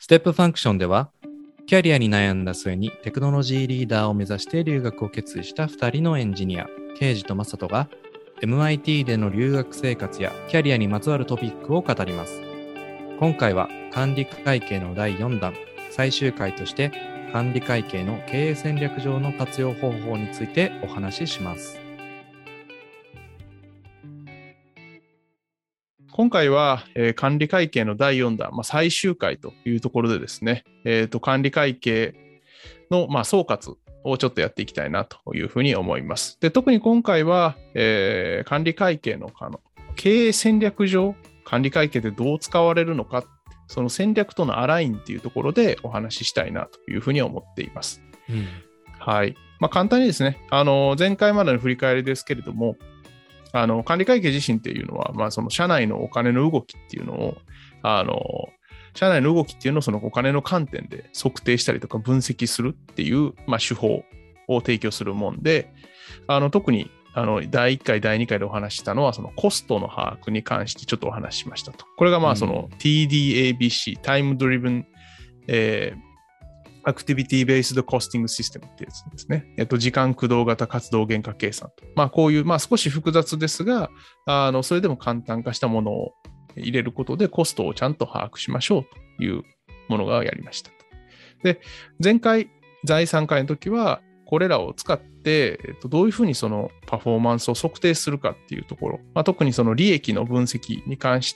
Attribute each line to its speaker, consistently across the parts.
Speaker 1: ステップファンクションでは、キャリアに悩んだ末にテクノロジーリーダーを目指して留学を決意した2人のエンジニア、ケイジとマサトが MIT での留学生活やキャリアにまつわるトピックを語ります。今回は管理会計の第4弾、最終回として管理会計の経営戦略上の活用方法についてお話しします。
Speaker 2: 今回は、管理会計の第4弾、最終回というところでですね、管理会計の、総括をちょっとやっていきたいなというふうに思います。で、特に今回は、管理会計の経営戦略上、管理会計でどう使われるのか、その戦略とのアラインっていうところでお話ししたいなというふうに思っています。はい。簡単にですね、前回までの振り返りですけれども、管理会計自身っていうのは、その社内のお金の動きっていうのを、社内の動きっていうのをそのお金の観点で測定したりとか分析するっていう、手法を提供するもんで、特に第1回、第2回でお話ししたのは、そのコストの把握に関してちょっとお話ししましたと。これがその TDABC、Time Driven、Activity Based Costing System ってやつですね。時間駆動型活動原価計算と。こういう、少し複雑ですが、それでも簡単化したものを入れることでコストをちゃんと把握しましょうというものがやりましたと。で、前回、第3回の時は、これらを使って、どういうふうにそのパフォーマンスを測定するかっていうところ、特にその利益の分析に関して、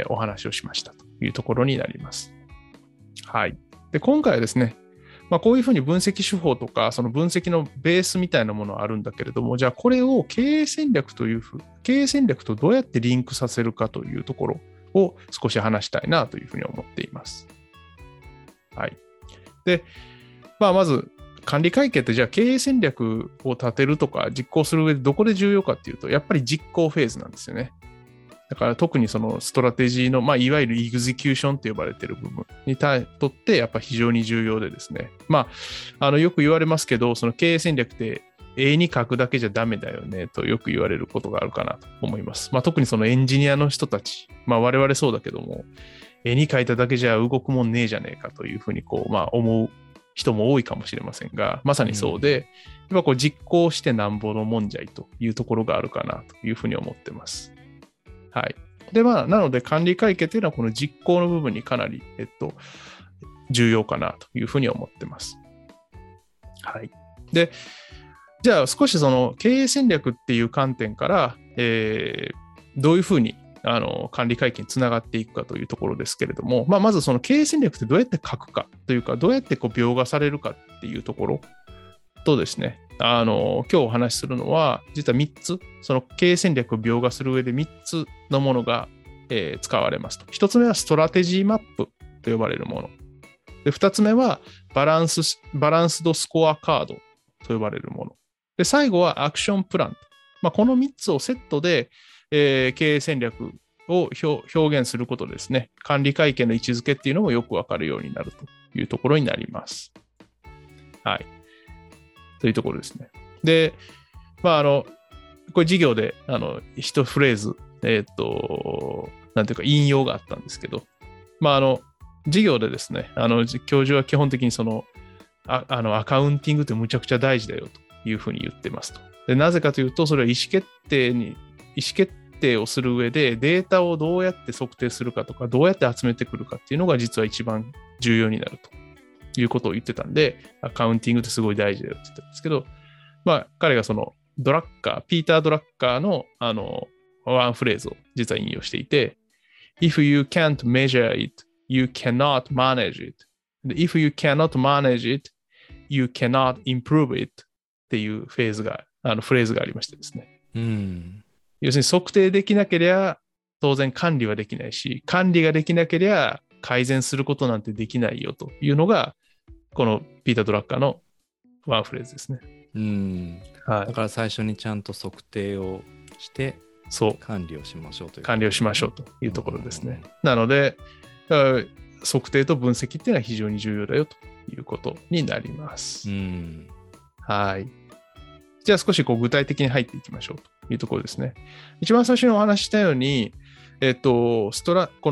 Speaker 2: お話をしましたというところになります。はい。で、今回はですね、こういうふうに分析手法とか、その分析のベースみたいなものはあるんだけれども、じゃあこれを経営戦略とどうやってリンクさせるかというところを少し話したいなというふうに思っています。はい。で、まず、管理会計ってじゃあ経営戦略を立てるとか実行する上でどこで重要かっていうと、やっぱり実行フェーズなんですよね。だから特にそのストラテジーの、いわゆるエグゼキューションと呼ばれている部分にとってやっぱ非常に重要でですね。よく言われますけど、その経営戦略って絵に書くだけじゃダメだよねとよく言われることがあるかなと思います。特にそのエンジニアの人たち、我々そうだけども、絵に描いただけじゃ動くもんねえじゃねえかというふうに思う人も多いかもしれませんが、まさにそうで、やっぱ実行してなんぼのもんじゃいというところがあるかなというふうに思ってます。はい。で、なので管理会計というのはこの実行の部分にかなり、重要かなというふうに思ってます。はい。で、じゃあ少しその経営戦略っていう観点から、どういうふうに管理会計につながっていくかというところですけれども、まずその経営戦略ってどうやって書くかというか、どうやって描画されるかっていうところとですね、今日お話しするのは、実は3つ、その経営戦略を描画する上で3つのものが、使われますと。1つ目はストラテジーマップと呼ばれるもの。で、2つ目はバランスドスコアカードと呼ばれるもの。で、最後はアクションプラン。この3つをセットで、経営戦略を表現することですね。管理会計の位置づけっていうのもよくわかるようになるというところになります。はい。というところですね。で、これ授業で、一フレーズ、なんていうか引用があったんですけど、授業でですね、教授は基本的にその、アカウンティングってむちゃくちゃ大事だよというふうに言ってますと。で、なぜかというと、それは意思決定をする上でデータをどうやって測定するかとか、どうやって集めてくるかっていうのが実は一番重要になるということを言ってたんで、アカウンティングってすごい大事だよって言ったんですけど、彼がそのピーター・ドラッカーのワンフレーズを実は引用していて、If you can't measure it, you cannot manage it. If you cannot manage it, you cannot improve it っていうフレーズがありましてですね。要するに測定できなければ当然管理はできないし、管理ができなければ改善することなんてできないよというのがこのピーター・ドラッカーのワンフレーズですね。
Speaker 1: だから最初にちゃんと測定をして管理をしましょうという、
Speaker 2: 管理をしましょうというところですね。なので測定と分析っていうのは非常に重要だよということになります。はい。じゃあ少し具体的に入っていきましょうというところですね。一番最初にお話ししたように、この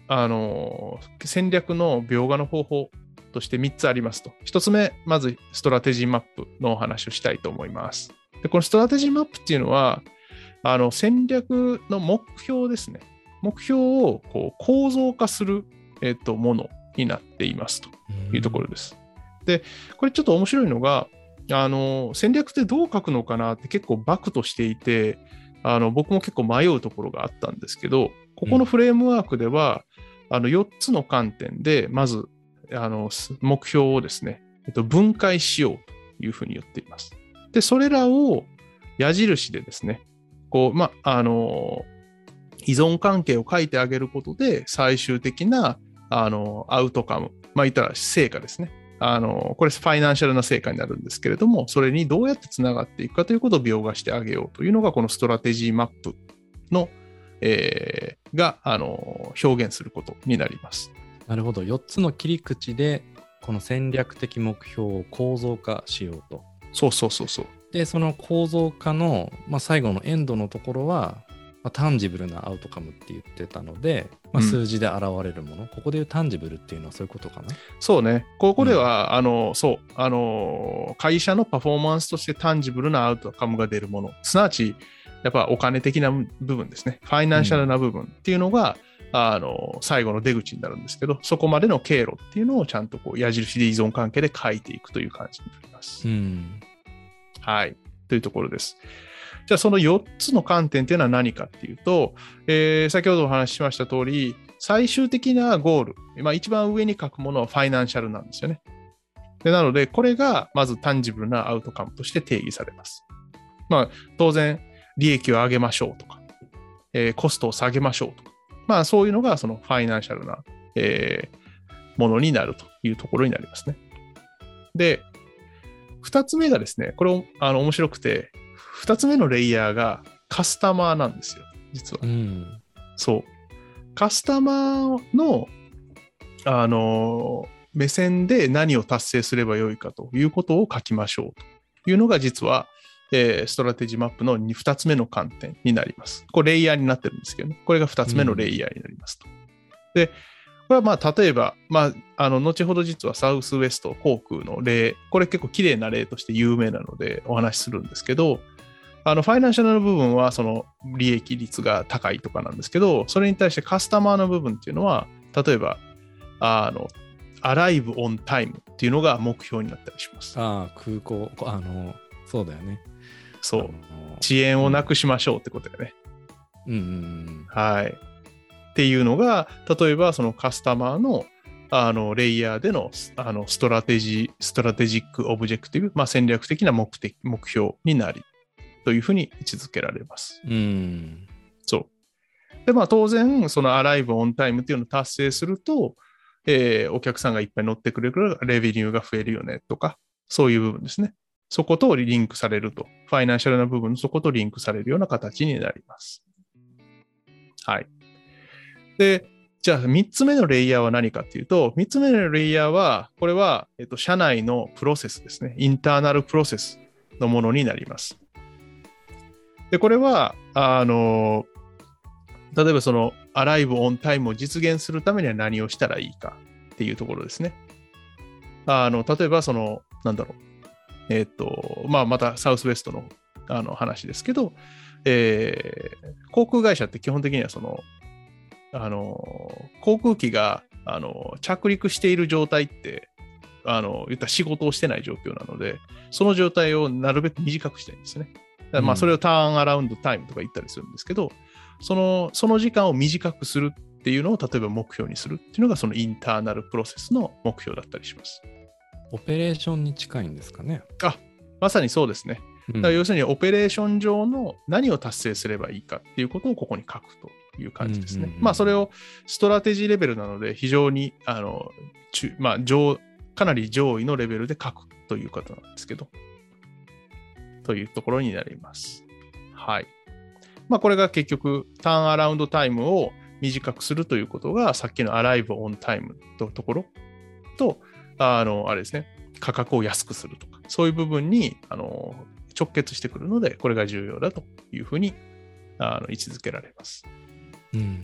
Speaker 2: 戦略の描画の方法として3つありますと。1つ目、まずストラテジーマップのお話をしたいと思います。で、このストラテジーマップっていうのは、戦略の目標ですね。目標をこう構造化する、ものになっていますというところです。で、これちょっと面白いのが、戦略ってどう書くのかなって結構バクとしていて、僕も結構迷うところがあったんですけど、ここのフレームワークでは、4つの観点で、まず、目標をですね、分解しようというふうに言っています。で、それらを矢印でですね、こう、依存関係を書いてあげることで、最終的な、アウトカム、言ったら成果ですね。これファイナンシャルな成果になるんですけれども、それにどうやってつながっていくかということを描画してあげようというのが、このストラテジーマップの、が表現することになります。
Speaker 1: なるほど。4つの切り口で、この戦略的目標を構造化しようと。
Speaker 2: そうそうそうそう。
Speaker 1: で、その構造化の、最後のエンドのところは、タンジブルなアウトカムって言ってたので、数字で現れるもの、ここでいうタンジブルっていうのはそういうことかな。
Speaker 2: そうね。ここでは、会社のパフォーマンスとしてタンジブルなアウトカムが出るもの、すなわち、やっぱお金的な部分ですね。ファイナンシャルな部分っていうのが、最後の出口になるんですけど、そこまでの経路っていうのをちゃんとこう矢印で依存関係で書いていくという感じになります。はい。というところです。じゃあその4つの観点というのは何かっていうと、先ほどお話ししました通り、最終的なゴール、一番上に書くものはファイナンシャルなんですよね。でなので、これがまずタンジブルなアウトカムとして定義されます。当然、利益を上げましょうとか、コストを下げましょうとか、そういうのがそのファイナンシャルな、ものになるというところになりますね。で、2つ目がですね、これ面白くて、2つ目のレイヤーがカスタマーなんですよ、実は。そう。カスタマーの、目線で何を達成すればよいかということを書きましょうというのが実は、ストラテジーマップの2つ目の観点になります。これレイヤーになってるんですけどね。これが2つ目のレイヤーになりますと。で、これは例えば、後ほど実はサウスウェスト航空の例、これ結構綺麗な例として有名なのでお話しするんですけど、ファイナンシャルの部分はその利益率が高いとかなんですけど、それに対してカスタマーの部分っていうのは、例えば、アライブオンタイムっていうのが目標になったりします。
Speaker 1: 空港、そうだよね。
Speaker 2: そう。遅延をなくしましょうってことだよね。はい。っていうのが、例えばそのカスタマーのレイヤーでのストラテジックオブジェクティブ、戦略的な目標になりというふうに位置づけられます。そう。で、当然、そのアライブオンタイムっていうのを達成すると、お客さんがいっぱい乗ってくれるレベニューが増えるよねとか、そういう部分ですね。そことリンクされると。ファイナンシャルな部分のそことリンクされるような形になります。はい。で、じゃあ3つ目のレイヤーは何かっていうと、3つ目のレイヤーは、これは、社内のプロセスですね。インターナルプロセスのものになります。で、これは、例えばそのアライブオンタイムを実現するためには何をしたらいいかっていうところですね。例えばその、またサウスウェストの話ですけど、航空会社って基本的にはその、航空機が着陸している状態って言ったら仕事をしてない状況なので、その状態をなるべく短くしたいんですね。それをターンアラウンドタイムとか言ったりするんですけど、その時間を短くするっていうのを例えば目標にするっていうのがそのインターナルプロセスの目標だったりします。
Speaker 1: オペレーションに近いんですかね。
Speaker 2: まさにそうですね。だから要するにオペレーション上の何を達成すればいいかっていうことをここに書くという感じですね。それをストラテジーレベルなので非常にかなり上位のレベルで書くということなんですけど、というところになります。はい。これが結局ターンアラウンドタイムを短くするということがさっきのアライブオンタイムのところとあれですね、価格を安くするとかそういう部分に直結してくるので、これが重要だというふうに位置づけられます。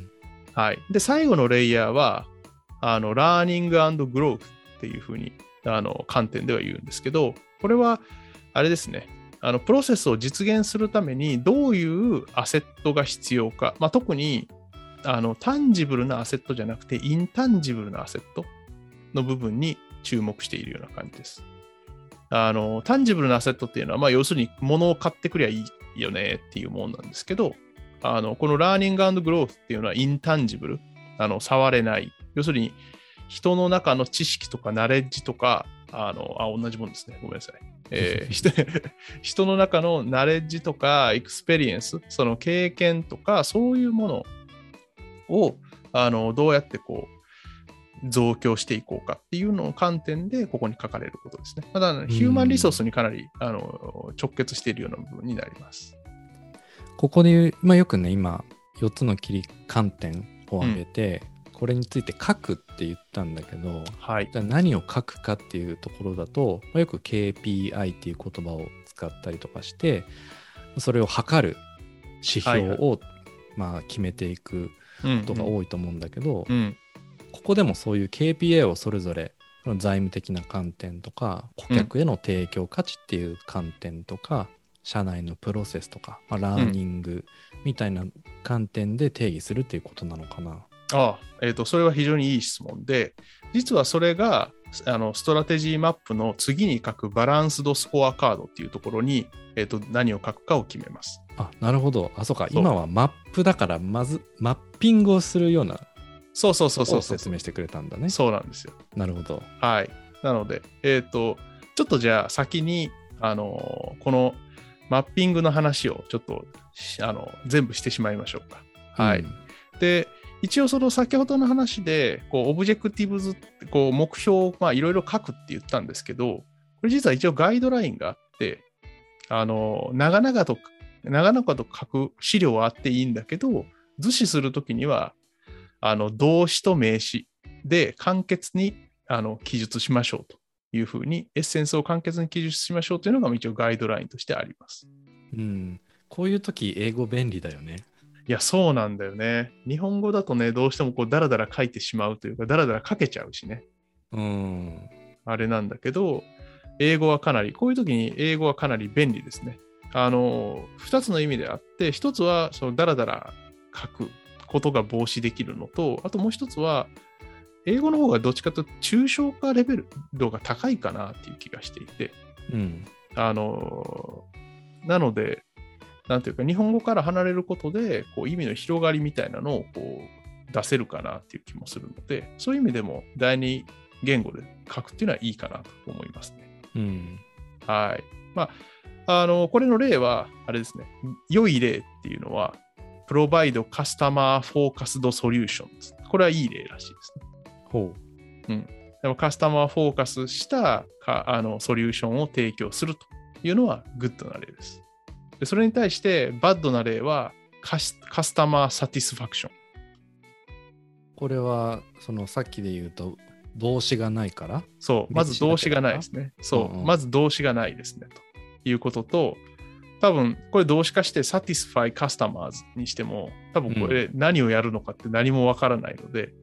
Speaker 2: はい。で、最後のレイヤーは、ラーニング&グロースっていうふうに、観点では言うんですけど、これは、あれですね。プロセスを実現するためにどういうアセットが必要か、まあ、特にタンジブルなアセットじゃなくてインタンジブルなアセットの部分に注目しているような感じです。タンジブルなアセットっていうのは、まあ、要するに物を買ってくりゃいいよねっていうもんなんですけど、このラーニング&グロースっていうのはインタンジブル、触れない。要するに人の中の知識とかナレッジとか、同じもんですね。ごめんなさい。人の中のナレッジとかエクスペリエンス、その経験とか、そういうものをどうやってこう増強していこうかっていうのの観点でここに書かれることですね。ただ、ヒューマンリソースにかなり直結しているような部分になります。
Speaker 1: ここで言う、まあ、よくね、今、4つの観点を挙げて、これについて書くって言ったんだけど、
Speaker 2: はい、
Speaker 1: じゃあ何を書くかっていうところだと、まあ、よく KPI っていう言葉を使ったりとかして、それを測る指標を、まあ、決めていくことが多いと思うんだけど、ここでもそういう KPI をそれぞれ財務的な観点とか顧客への提供価値っていう観点とか、社内のプロセスとか、まあ、ラーニングみたいな観点で定義するっていうことなのかな。
Speaker 2: それは非常にいい質問で、実はそれがストラテジーマップの次に書くバランスドスコアカードっていうところに、何を書くかを決めます。
Speaker 1: なるほど。そうか。今はマップだから、まずマッピングをするような
Speaker 2: そう
Speaker 1: 説明してくれたんだね。
Speaker 2: そうなんですよ。
Speaker 1: なるほど。
Speaker 2: はい。なので、ちょっとじゃあ先に、このマッピングの話をちょっと全部してしまいましょうか。はい。で、一応その先ほどの話で、オブジェクティブズって、目標をいろいろ書くって言ったんですけど、これ実は一応ガイドラインがあって、長々と書く資料はあっていいんだけど、図示するときには、動詞と名詞で簡潔に記述しましょうというふうに、エッセンスを簡潔に記述しましょうというのが一応ガイドラインとしてあります。
Speaker 1: こういうとき英語便利だよね。
Speaker 2: いや、そうなんだよね。日本語だとね、どうしてもダラダラ書いてしまうというか、ダラダラ書けちゃうしね。あれなんだけど、英語はかなり、こういう時に英語はかなり便利ですね。2つの意味であって、1つはそのダラダラ書くことが防止できるのと、あともう1つは、英語の方がどっちかというと抽象化レベル度が高いかなっていう気がしていて、なので、なんていうか、日本語から離れることで、意味の広がりみたいなのを出せるかなっていう気もするので、そういう意味でも第二言語で書くっていうのはいいかなと思いますね。はい。まあ、これの例は、あれですね、良い例っていうのは、Provide Customer Focused Solutions。これはいい例らしいですね。でもカスタマーフォーカスしたソリューションを提供するというのはグッドな例です。でそれに対してバッドな例はカスタマーサティスファクション。
Speaker 1: これはそのさっきで言うと動詞がないから。
Speaker 2: そうまず動詞がないですね。まず動詞がないですねということと、多分これ動詞化してサティスファイカスタマーズにしても多分これ何をやるのかって何もわからないので、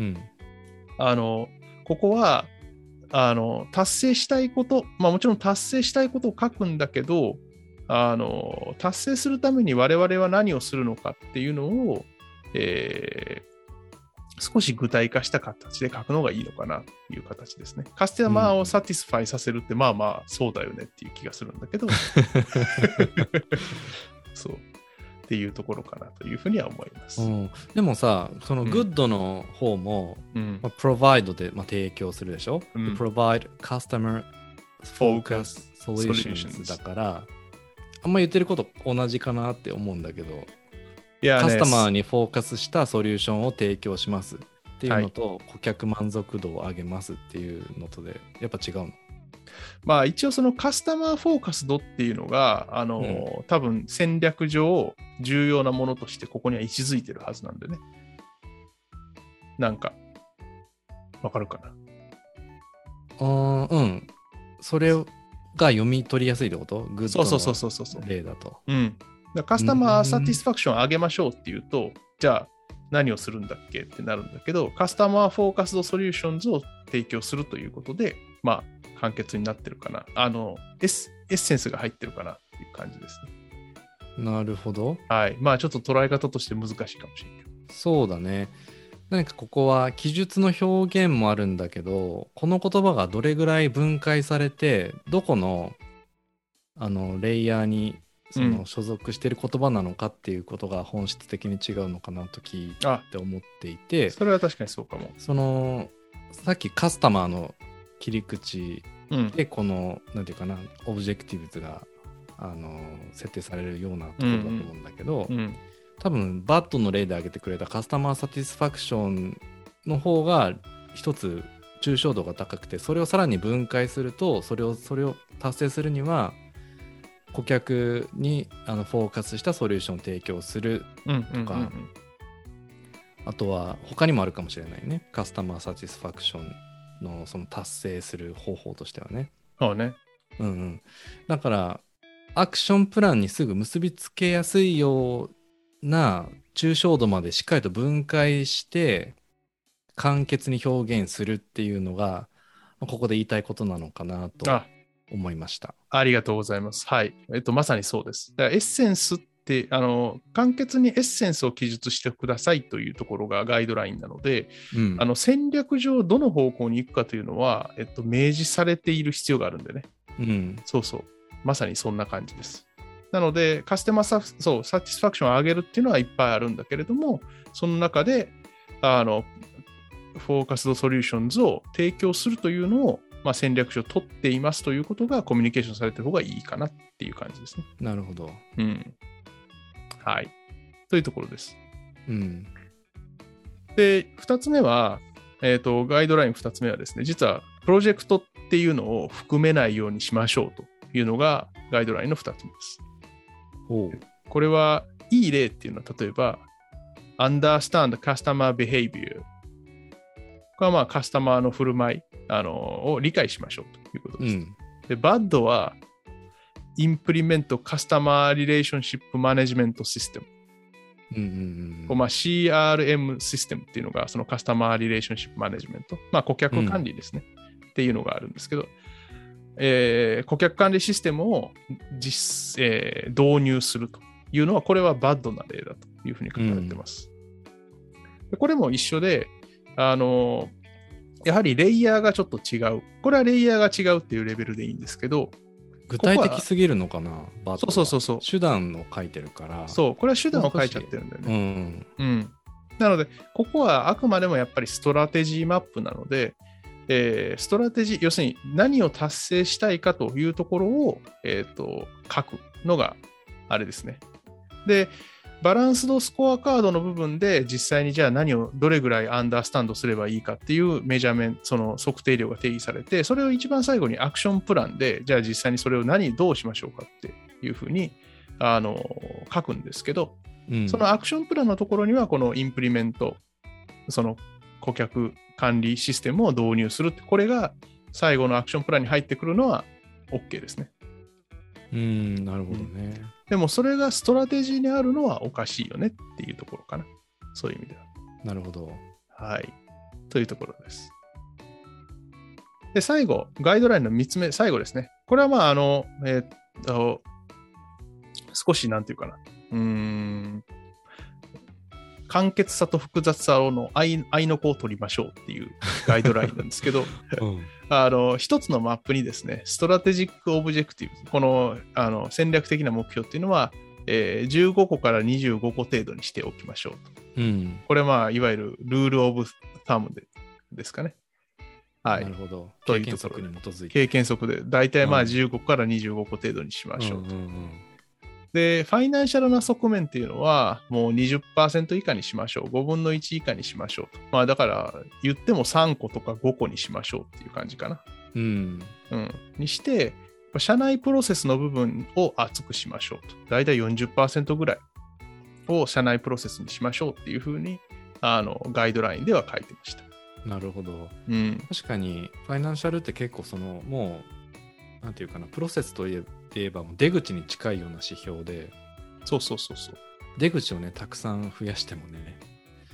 Speaker 2: ここは達成したいこと、もちろん達成したいことを書くんだけど、達成するために我々は何をするのかっていうのを、少し具体化した形で書くのがいいのかなという形ですね。カスタマーをサティスファイさせるって、そうだよねっていう気がするんだけど、そうっていうところかなというふうには思います。
Speaker 1: でもさ、そのグッドの方も、provide で、提供するでしょ、provide customer focus solutions だから、あんま言ってること同じかなって思うんだけど、カスタマーにフォーカスしたソリューションを提供しますっていうのと、顧客満足度を上げますっていうのとでやっぱ違うの？
Speaker 2: 一応そのカスタマーフォーカス度っていうのが多分戦略上重要なものとしてここには位置づいてるはずなんでね。なんかわかるかな？
Speaker 1: それが読み取りやすいってこと？グッドの例だと。
Speaker 2: カスタマーサティスファクション上げましょうっていうと、じゃあ何をするんだっけってなるんだけど、カスタマーフォーカスドソリューションズを提供するということで、まあ、簡潔になってるかな。エッセンスが入ってるかなっていう感じですね。
Speaker 1: なるほど。
Speaker 2: はい。まあ、ちょっと捉え方として難しいかもしれないけど。
Speaker 1: そうだね。何かここは記述の表現もあるんだけど、この言葉がどれぐらい分解されて、どこの、レイヤーにその所属している言葉なのかっていうことが本質的に違うのかなと聞いて思っていて、
Speaker 2: それは確かにそうかも。
Speaker 1: さっきカスタマーの切り口
Speaker 2: うん。
Speaker 1: でこの、なんていうかな、オブジェクティブズが設定されるようなところだと思うんだけど、多分バッドの例で挙げてくれたカスタマーサティスファクションの方が一つ抽象度が高くて、それをさらに分解するとそれを達成するには顧客にフォーカスしたソリューションを提供するとか、あとは他にもあるかもしれないね、カスタマーサティスファクションのその達成する方法としてはね。
Speaker 2: そうね。
Speaker 1: だからアクションプランにすぐ結びつけやすいような抽象度までしっかりと分解して簡潔に表現するっていうのがここで言いたいことなのかなと思いました。
Speaker 2: ありがとうございます。はい。まさにそうです。だからエッセンスって簡潔にエッセンスを記述してくださいというところがガイドラインなので、戦略上どの方向に行くかというのは、明示されている必要があるんでね。そうそう。まさにそんな感じです。なので、カスタマーサティスファクションを上げるっていうのはいっぱいあるんだけれども、その中で、フォーカスドソリューションズを提供するというのを、戦略上取っていますということがコミュニケーションされている方がいいかなっていう感じですね。
Speaker 1: なるほど。
Speaker 2: はい。というところです。
Speaker 1: で、
Speaker 2: 2つ目は、ガイドライン2つ目はですね、実はプロジェクトっていうのを含めないようにしましょうというのがガイドラインの2つ目です。これはいい例っていうのは、例えば、understand customer behavior。これはカスタマーの振る舞いを理解しましょうということです。で、bad は implement customer relationship management system。CRM システムっていうのが、そのカスタマーリレーションシップマネジメント、顧客管理ですね、っていうのがあるんですけど、顧客管理システムを導入するというのは、これはバッドな例だというふうに書かれてます。でこれも一緒で、やはりレイヤーがちょっと違う。これはレイヤーが違うっていうレベルでいいんですけど、
Speaker 1: 具体的すぎるのかな、バッドは。
Speaker 2: そう。
Speaker 1: 手段を書いてるから。
Speaker 2: そう、これは手段を書いちゃってるんだよね。なので、ここはあくまでもやっぱりストラテジーマップなので、ストラテジー、要するに何を達成したいかというところを、書くのがあれですね。で、バランスドスコアカードの部分で実際にじゃあ何をどれぐらいアンダースタンドすればいいかっていうメジャーメント、その測定量が定義されて、それを一番最後にアクションプランで、じゃあ実際にそれをどうしましょうかっていうふうに書くんですけど、そのアクションプランのところにはこのインプリメント、その顧客管理システムを導入するって、これが最後のアクションプランに入ってくるのは OK ですね。
Speaker 1: なるほどね。
Speaker 2: でもそれがストラテジーにあるのはおかしいよねっていうところかな。そういう意味では。
Speaker 1: なるほど。
Speaker 2: はい。というところです。で、最後、ガイドラインの3つ目、最後ですね。これは少しなんていうかな。簡潔さと複雑さの合いの子を取りましょうっていうガイドラインなんですけど、一つのマップにですね、ストラテジックオブジェクティブ、この戦略的な目標っていうのは、15個から25個程度にしておきましょうと。これはいわゆるルールオブタムですかね。はい。
Speaker 1: なるほど。
Speaker 2: 経
Speaker 1: 験則に基づいて。
Speaker 2: 経験則で、だいたい15個から25個程度にしましょうと。で、ファイナンシャルな側面っていうのは、もう 20% 以下にしましょう。5分の1以下にしましょうと。だから、言っても3個とか5個にしましょうっていう感じかな。にして、社内プロセスの部分を厚くしましょうと。だいたい 40% ぐらいを社内プロセスにしましょうっていうふうに、ガイドラインでは書いてました。
Speaker 1: なるほど。確かに、ファイナンシャルって結構もう、なんていうかな、プロセスといえばもう出口に近いような指標で、
Speaker 2: そう。
Speaker 1: 出口をね、たくさん増やしてもね、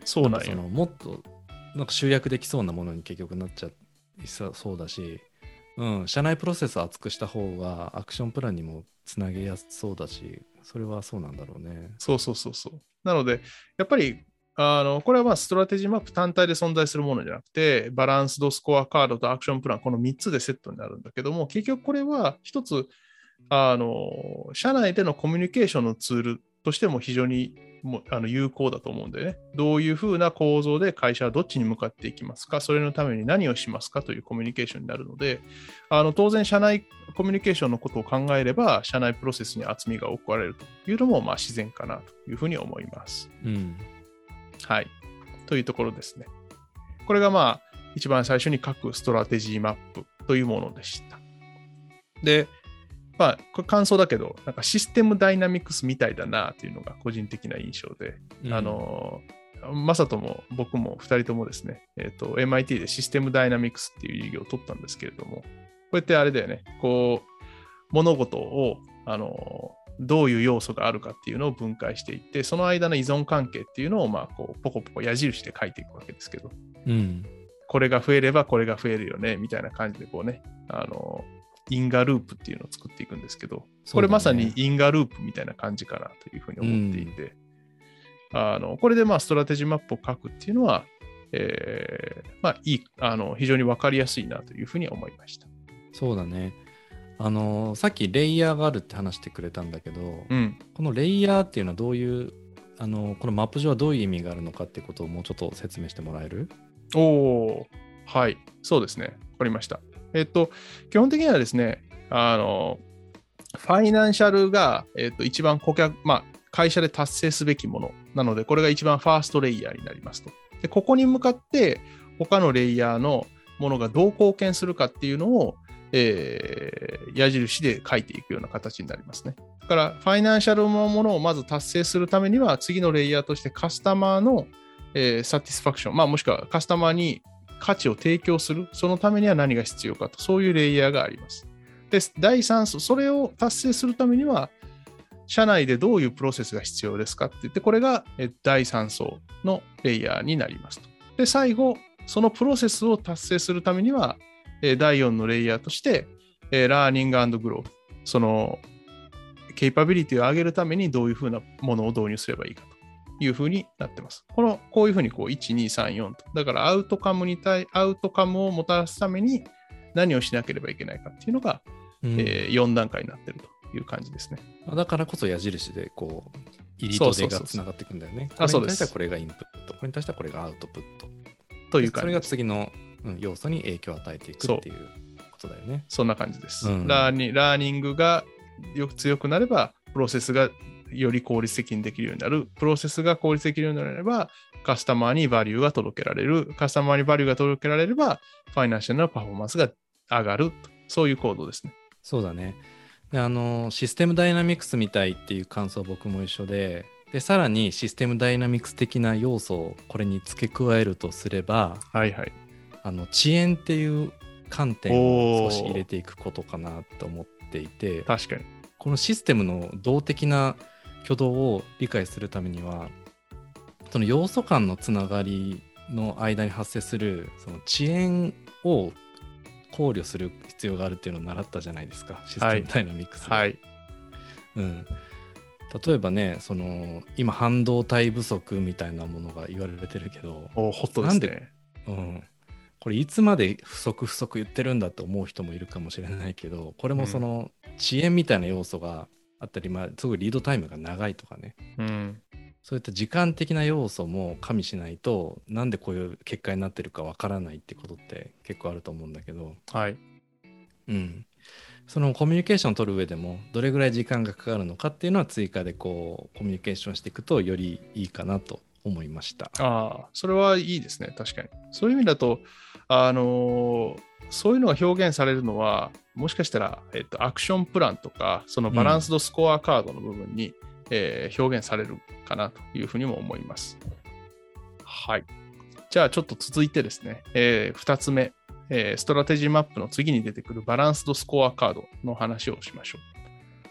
Speaker 2: そうなんよ。
Speaker 1: もっとなんか集約できそうなものに結局なっちゃいそうだし、社内プロセスを厚くした方がアクションプランにもつなげやすそうだし、それはそうなんだろうね。
Speaker 2: そう。なので、やっぱり、これはまあストラテジーマップ単体で存在するものじゃなくて、バランスドスコアカードとアクションプラン、この3つでセットになるんだけども、結局これは一つ、社内でのコミュニケーションのツールとしても非常に有効だと思うんでね、どういうふうな構造で会社はどっちに向かっていきますか、それのために何をしますかというコミュニケーションになるので、当然社内コミュニケーションのことを考えれば、社内プロセスに厚みが置かれるというのもまあ自然かなというふうに思います。はい。というところですね。これがまあ一番最初に書くストラテジーマップというものでした。で、まあ、これ感想だけど、なんかシステムダイナミクスみたいだなというのが個人的な印象で、マサトも僕も2人ともですね、MIT でシステムダイナミクスっていう授業を取ったんですけれども、こうやってあれだよね、こう、物事を、どういう要素があるかっていうのを分解していって、その間の依存関係っていうのを、まあ、こう、ポコポコ矢印で書いていくわけですけど、これが増えればこれが増えるよね、みたいな感じで、こうね、因果ループっていうのを作っていくんですけど、これまさに因果ループみたいな感じかなというふうに思っていて、これでまあストラテジーマップを書くっていうのは、まあいい、非常に分かりやすいなというふうに思いました。
Speaker 1: そうだね。さっきレイヤーがあるって話してくれたんだけど、このレイヤーっていうのはどういう、このマップ上はどういう意味があるのかっていうことをもうちょっと説明してもらえる？
Speaker 2: はい、そうですね。わかりました。基本的にはですね、ファイナンシャルが、一番会社で達成すべきものなので、これが一番ファーストレイヤーになりますと。で、ここに向かって他のレイヤーのものがどう貢献するかっていうのを、矢印で書いていくような形になりますね。だから、ファイナンシャルのものをまず達成するためには、次のレイヤーとしてカスタマーの、サティスファクション、もしくはカスタマーに価値を提供する、そのためには何が必要かと、そういうレイヤーがあります。で、第3層、それを達成するためには、社内でどういうプロセスが必要ですかって言って、これが第3層のレイヤーになりますと。で、最後、そのプロセスを達成するためには、第4のレイヤーとして、ラーニング&グロー、その、ケイパビリティを上げるためにどういうふうなものを導入すればいいかというふうになってます。こういうふうに1、2、3、4と。だからアウトカムをもたらすために何をしなければいけないかっていうのが、4段階になっているという感じですね。
Speaker 1: だからこそ矢印でこう、入りと出がつながっていくんだよね。これに対してはこれがインプット、これに対してはこれがアウトプット。
Speaker 2: という感じ。
Speaker 1: それが次の要素に影響を与えていくっていうことだよね。
Speaker 2: そんな感じです。ラーニングが強くなれば、プロセスがより効率的にできるようになる。プロセスが効率的になれば、カスタマーにバリューが届けられる。カスタマーにバリューが届けられれば、ファイナンシャルなパフォーマンスが上がる。そういうコードですね。
Speaker 1: そうだね。でシステムダイナミクスみたいっていう感想僕も一緒で、さらにシステムダイナミクス的な要素をこれに付け加えるとすれば、遅延っていう観点を少し入れていくことかなと思っていて、
Speaker 2: 確かに
Speaker 1: このシステムの動的な挙動を理解するためには、その要素間のつながりの間に発生するその遅延を考慮する必要があるっていうのを習ったじゃないですか、システムダイナミクスで。例えばね、今半導体不足みたいなものが言われてるけど、
Speaker 2: ホットですね。
Speaker 1: これいつまで不足言ってるんだと思う人もいるかもしれないけど、これもその遅延みたいな要素があったり、すごいリードタイムが長いとかね、そういった時間的な要素も加味しないと、なんでこういう結果になってるかわからないってことって結構あると思うんだけど、そのコミュニケーションを取る上でもどれぐらい時間がかかるのかっていうのは追加でこうコミュニケーションしていくとよりいいかなと思いました。
Speaker 2: それはいいですね。確かにそういう意味だとそういうのが表現されるのはもしかしたら、アクションプランとかそのバランスドスコアカードの部分に、表現されるかなというふうにも思います。はい。じゃあちょっと続いてですね、2つ目、ストラテジーマップの次に出てくるバランスドスコアカードの話をしましょ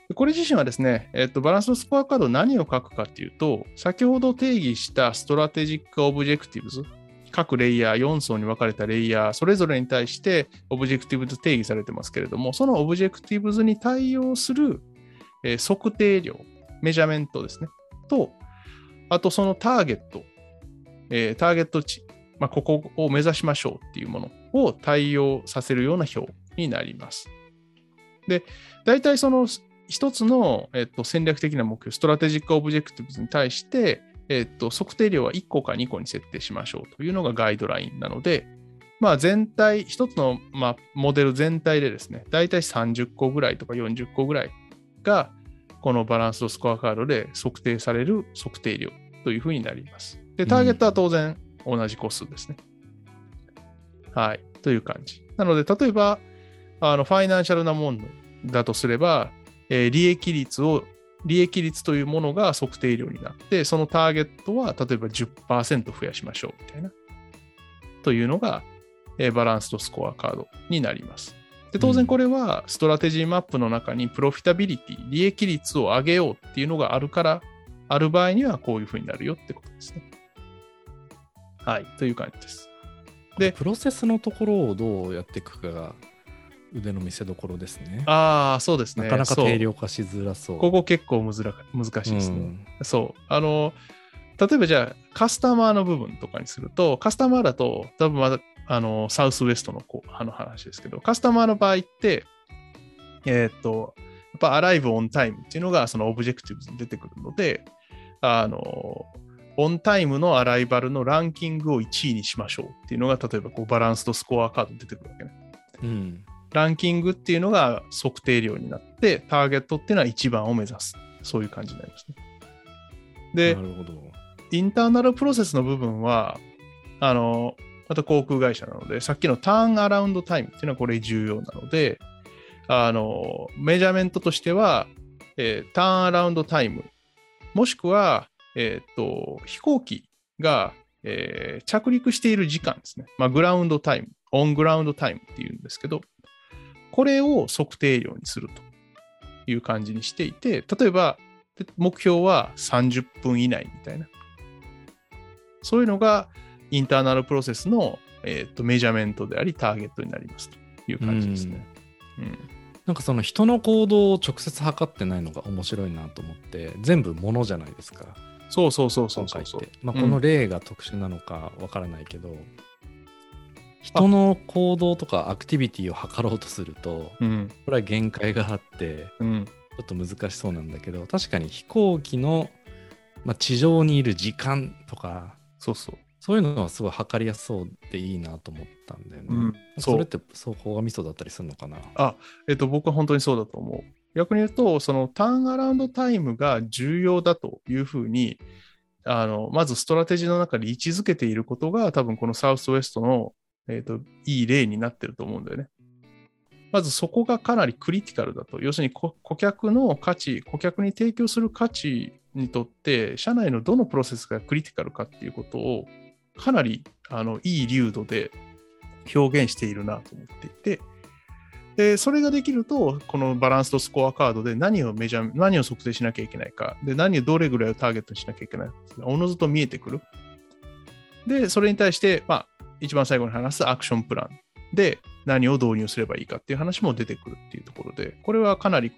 Speaker 2: これ自身はですね、バランスドスコアカード何を書くかっていうと、先ほど定義したストラテジックオブジェクティブズ、各レイヤー、4層に分かれたレイヤー、それぞれに対してオブジェクティブズ定義されてますけれども、そのオブジェクティブズに対応する、測定量、メジャメントですね、と、あとそのターゲット、ターゲット値、ここを目指しましょうっていうものを対応させるような表になります。で、大体その一つの、戦略的な目標、ストラテジックオブジェクティブズに対して、測定量は1個か2個に設定しましょうというのがガイドラインなので、全体、一つの、モデル全体でですね、大体30個ぐらいとか40個ぐらいが、このバランスドスコアカードで測定される測定量というふうになります。で、ターゲットは当然同じ個数ですね。はい。という感じ。なので、例えば、ファイナンシャルなものだとすれば、利益率というものが測定量になって、そのターゲットは例えば 10% 増やしましょうみたいな。というのが、バランスドスコアカードになります。で、当然これはストラテジーマップの中にプロフィタビリティ、利益率を上げようっていうのがある場合にはこういうふうになるよってことですね。はい、という感じです。
Speaker 1: で、プロセスのところをどうやっていくかが腕の見せ所ですね。
Speaker 2: ああ、そうですね。
Speaker 1: なかなか定量化しづらそう。
Speaker 2: ここ結構難しいですね。そう。例えばじゃあカスタマーの部分とかにすると、カスタマーだと多分サウスウエストの話ですけど、カスタマーの場合って、やっぱアライブオンタイムっていうのがそのオブジェクティブズに出てくるので、オンタイムのアライバルのランキングを1位にしましょうっていうのが、例えばバランスドスコアカードに出てくるわけね。ランキングっていうのが測定量になって、ターゲットっていうのは1番を目指す。そういう感じになりますね。で、
Speaker 1: なるほど。
Speaker 2: インターナルプロセスの部分は、また航空会社なので、さっきのターンアラウンドタイムっていうのはこれ重要なので、メジャーメントとしては、ターンアラウンドタイム、もしくは、飛行機が、着陸している時間ですね。グラウンドタイム、オングラウンドタイムっていうんですけど、これを測定量にするという感じにしていて、例えば、目標は30分以内みたいな。そういうのがインターナルプロセスの、メジャーメントであり、ターゲットになりますという感じですね。
Speaker 1: なんかその人の行動を直接測ってないのが面白いなと思って、全部ものじゃないですか。
Speaker 2: そう。
Speaker 1: 今回って。この例が特殊なのかわからないけど、人の行動とかアクティビティを測ろうとすると、これは限界があって、ちょっと難しそうなんだけど、確かに飛行機の、地上にいる時間とか、そういうのはすごい測りやすそうでいいなと思ったんだよね。それってそこがミソだったりするのかな。
Speaker 2: 僕は本当にそうだと思う。逆に言うと、そのターンアラウンドタイムが重要だというふうに、まずストラテジーの中で位置づけていることが、多分このサウスウエストの、いい例になってると思うんだよね。まずそこがかなりクリティカルだと。要するに顧客の価値、顧客に提供する価値にとって、社内のどのプロセスがクリティカルかっていうことを、かなりいい流度で表現しているなと思っていて、でそれができると、このバランスドスコアカードで何を測定しなきゃいけないか、で何をどれぐらいをターゲットにしなきゃいけないか、おのずと見えてくる。で、それに対して、一番最後に話すアクションプランで何を導入すればいいかっていう話も出てくるっていうところで、これはかなり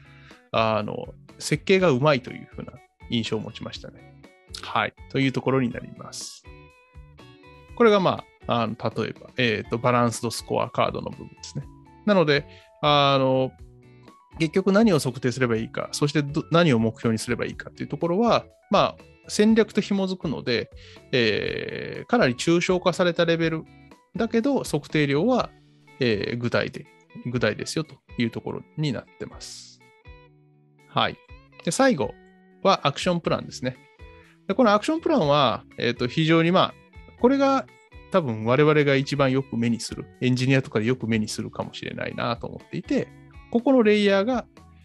Speaker 2: 設計がうまいというふうな印象を持ちましたね。はい。というところになります。これが例えば、バランスドスコアカードの部分ですね。なので、結局何を測定すればいいか、そして何を目標にすればいいかっていうところは、戦略と紐づくので、かなり抽象化されたレベルだけど、測定量は、具体ですよというところになってます。はい。で、最後はアクションプランですね。でこのアクションプランは、非常にこれが多分我々が一番よく目にする、エンジニアとかでよく目にするかもしれないなと思っていて、ここのレイヤー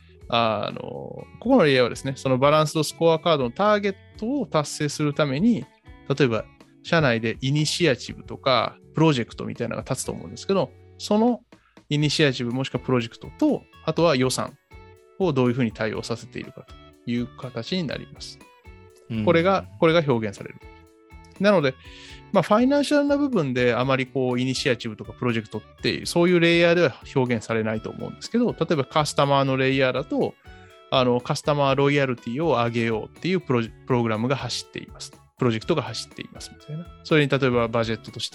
Speaker 2: はですね、そのバランスドスコアカードのターゲットを達成するために、例えば社内でイニシアチブとかプロジェクトみたいなのが立つと思うんですけど、そのイニシアチブもしくはプロジェクトと、あとは予算をどういうふうに対応させているかという形になります。これが表現される。なので、ファイナンシャルな部分であまりイニシアチブとかプロジェクトってそういうレイヤーでは表現されないと思うんですけど、例えばカスタマーのレイヤーだと、カスタマーロイヤリティを上げようっていうプログラムが走っています。プロジェクトが走っていますみたいな。それに例えばバジェットとして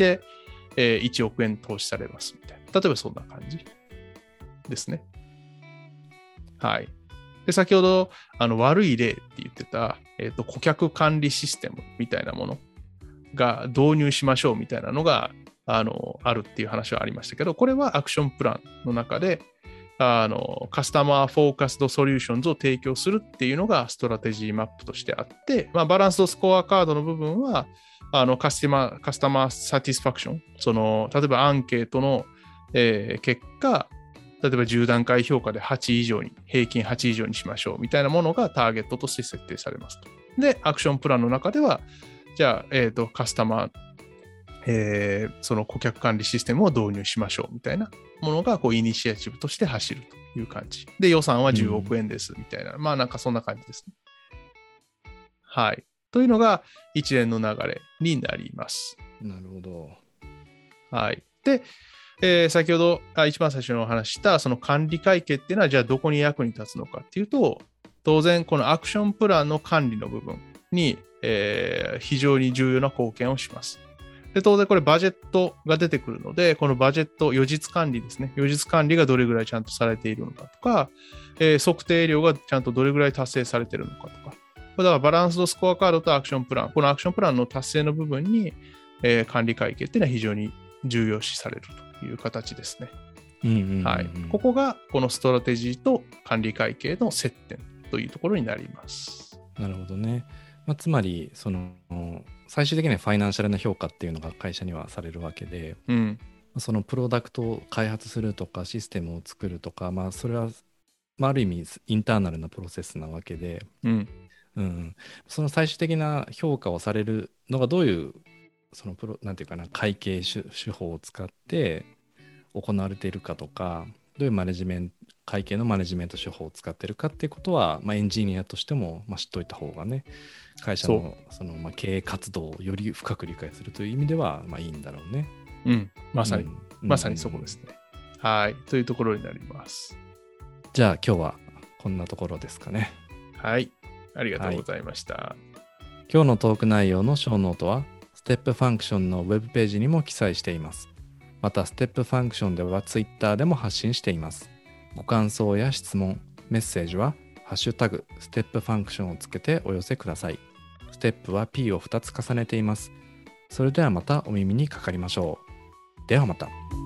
Speaker 2: 、1億円投資されますみたいな。例えばそんな感じですね。はい。で、先ほど悪い例って言ってた、顧客管理システムみたいなものが導入しましょうみたいなのがあるっていう話はありましたけど、これはアクションプランの中でカスタマーフォーカスドソリューションズを提供するっていうのがストラテジーマップとしてあって、バランスドスコアカードの部分はカスタマーサティスファクション、例えばアンケートの、結果、例えば10段階評価で8以上に、平均8以上にしましょうみたいなものがターゲットとして設定されますと。で、アクションプランの中では、じゃあ、カスタマー、その顧客管理システムを導入しましょうみたいなものがイニシアチブとして走るという感じ。で、予算は10億円ですみたいな、なんかそんな感じですね。はい。というのが一連の流れになります。
Speaker 1: なるほど。
Speaker 2: はい。で、先ほど一番最初にお話ししたその管理会計っていうのはじゃあどこに役に立つのかっていうと、当然このアクションプランの管理の部分に、非常に重要な貢献をします。で、当然これバジェットが出てくるので、このバジェット、予実管理ですね。予実管理がどれぐらいちゃんとされているのかとか、測定量がちゃんとどれぐらい達成されているのかとか。だからバランスドスコアカードとアクションプラン、このアクションプランの達成の部分に、管理会計っていうのは非常に重要視されるという形ですね。はい。ここがこのストラテジーと管理会計の接点というところになります。
Speaker 1: なるほどね。つまり最終的にはファイナンシャルな評価っていうのが会社にはされるわけで、そのプロダクトを開発するとかシステムを作るとか、それは、ある意味インターナルなプロセスなわけで、その最終的な評価をされるのがどういうなんていうかな、会計手法を使って行われているかとか、どういう会計のマネジメント手法を使っているかっていうことは、エンジニアとしても、知っといた方がね、会社の経営活動をより深く理解するという意味では、いいんだろうね。
Speaker 2: まさにそこですね。はい。というところになります。
Speaker 1: じゃあ今日はこんなところですかね。
Speaker 2: はい。ありがとうございました。
Speaker 1: 今日のトーク内容のショーノートは、ステップファンクションのウェブページにも記載しています。また、ステップファンクションでは Twitter でも発信しています。ご感想や質問、メッセージは、ハッシュタグ、ステップファンクションをつけてお寄せください。ステップは P を2つ重ねています。それではまたお耳にかかりましょう。ではまた。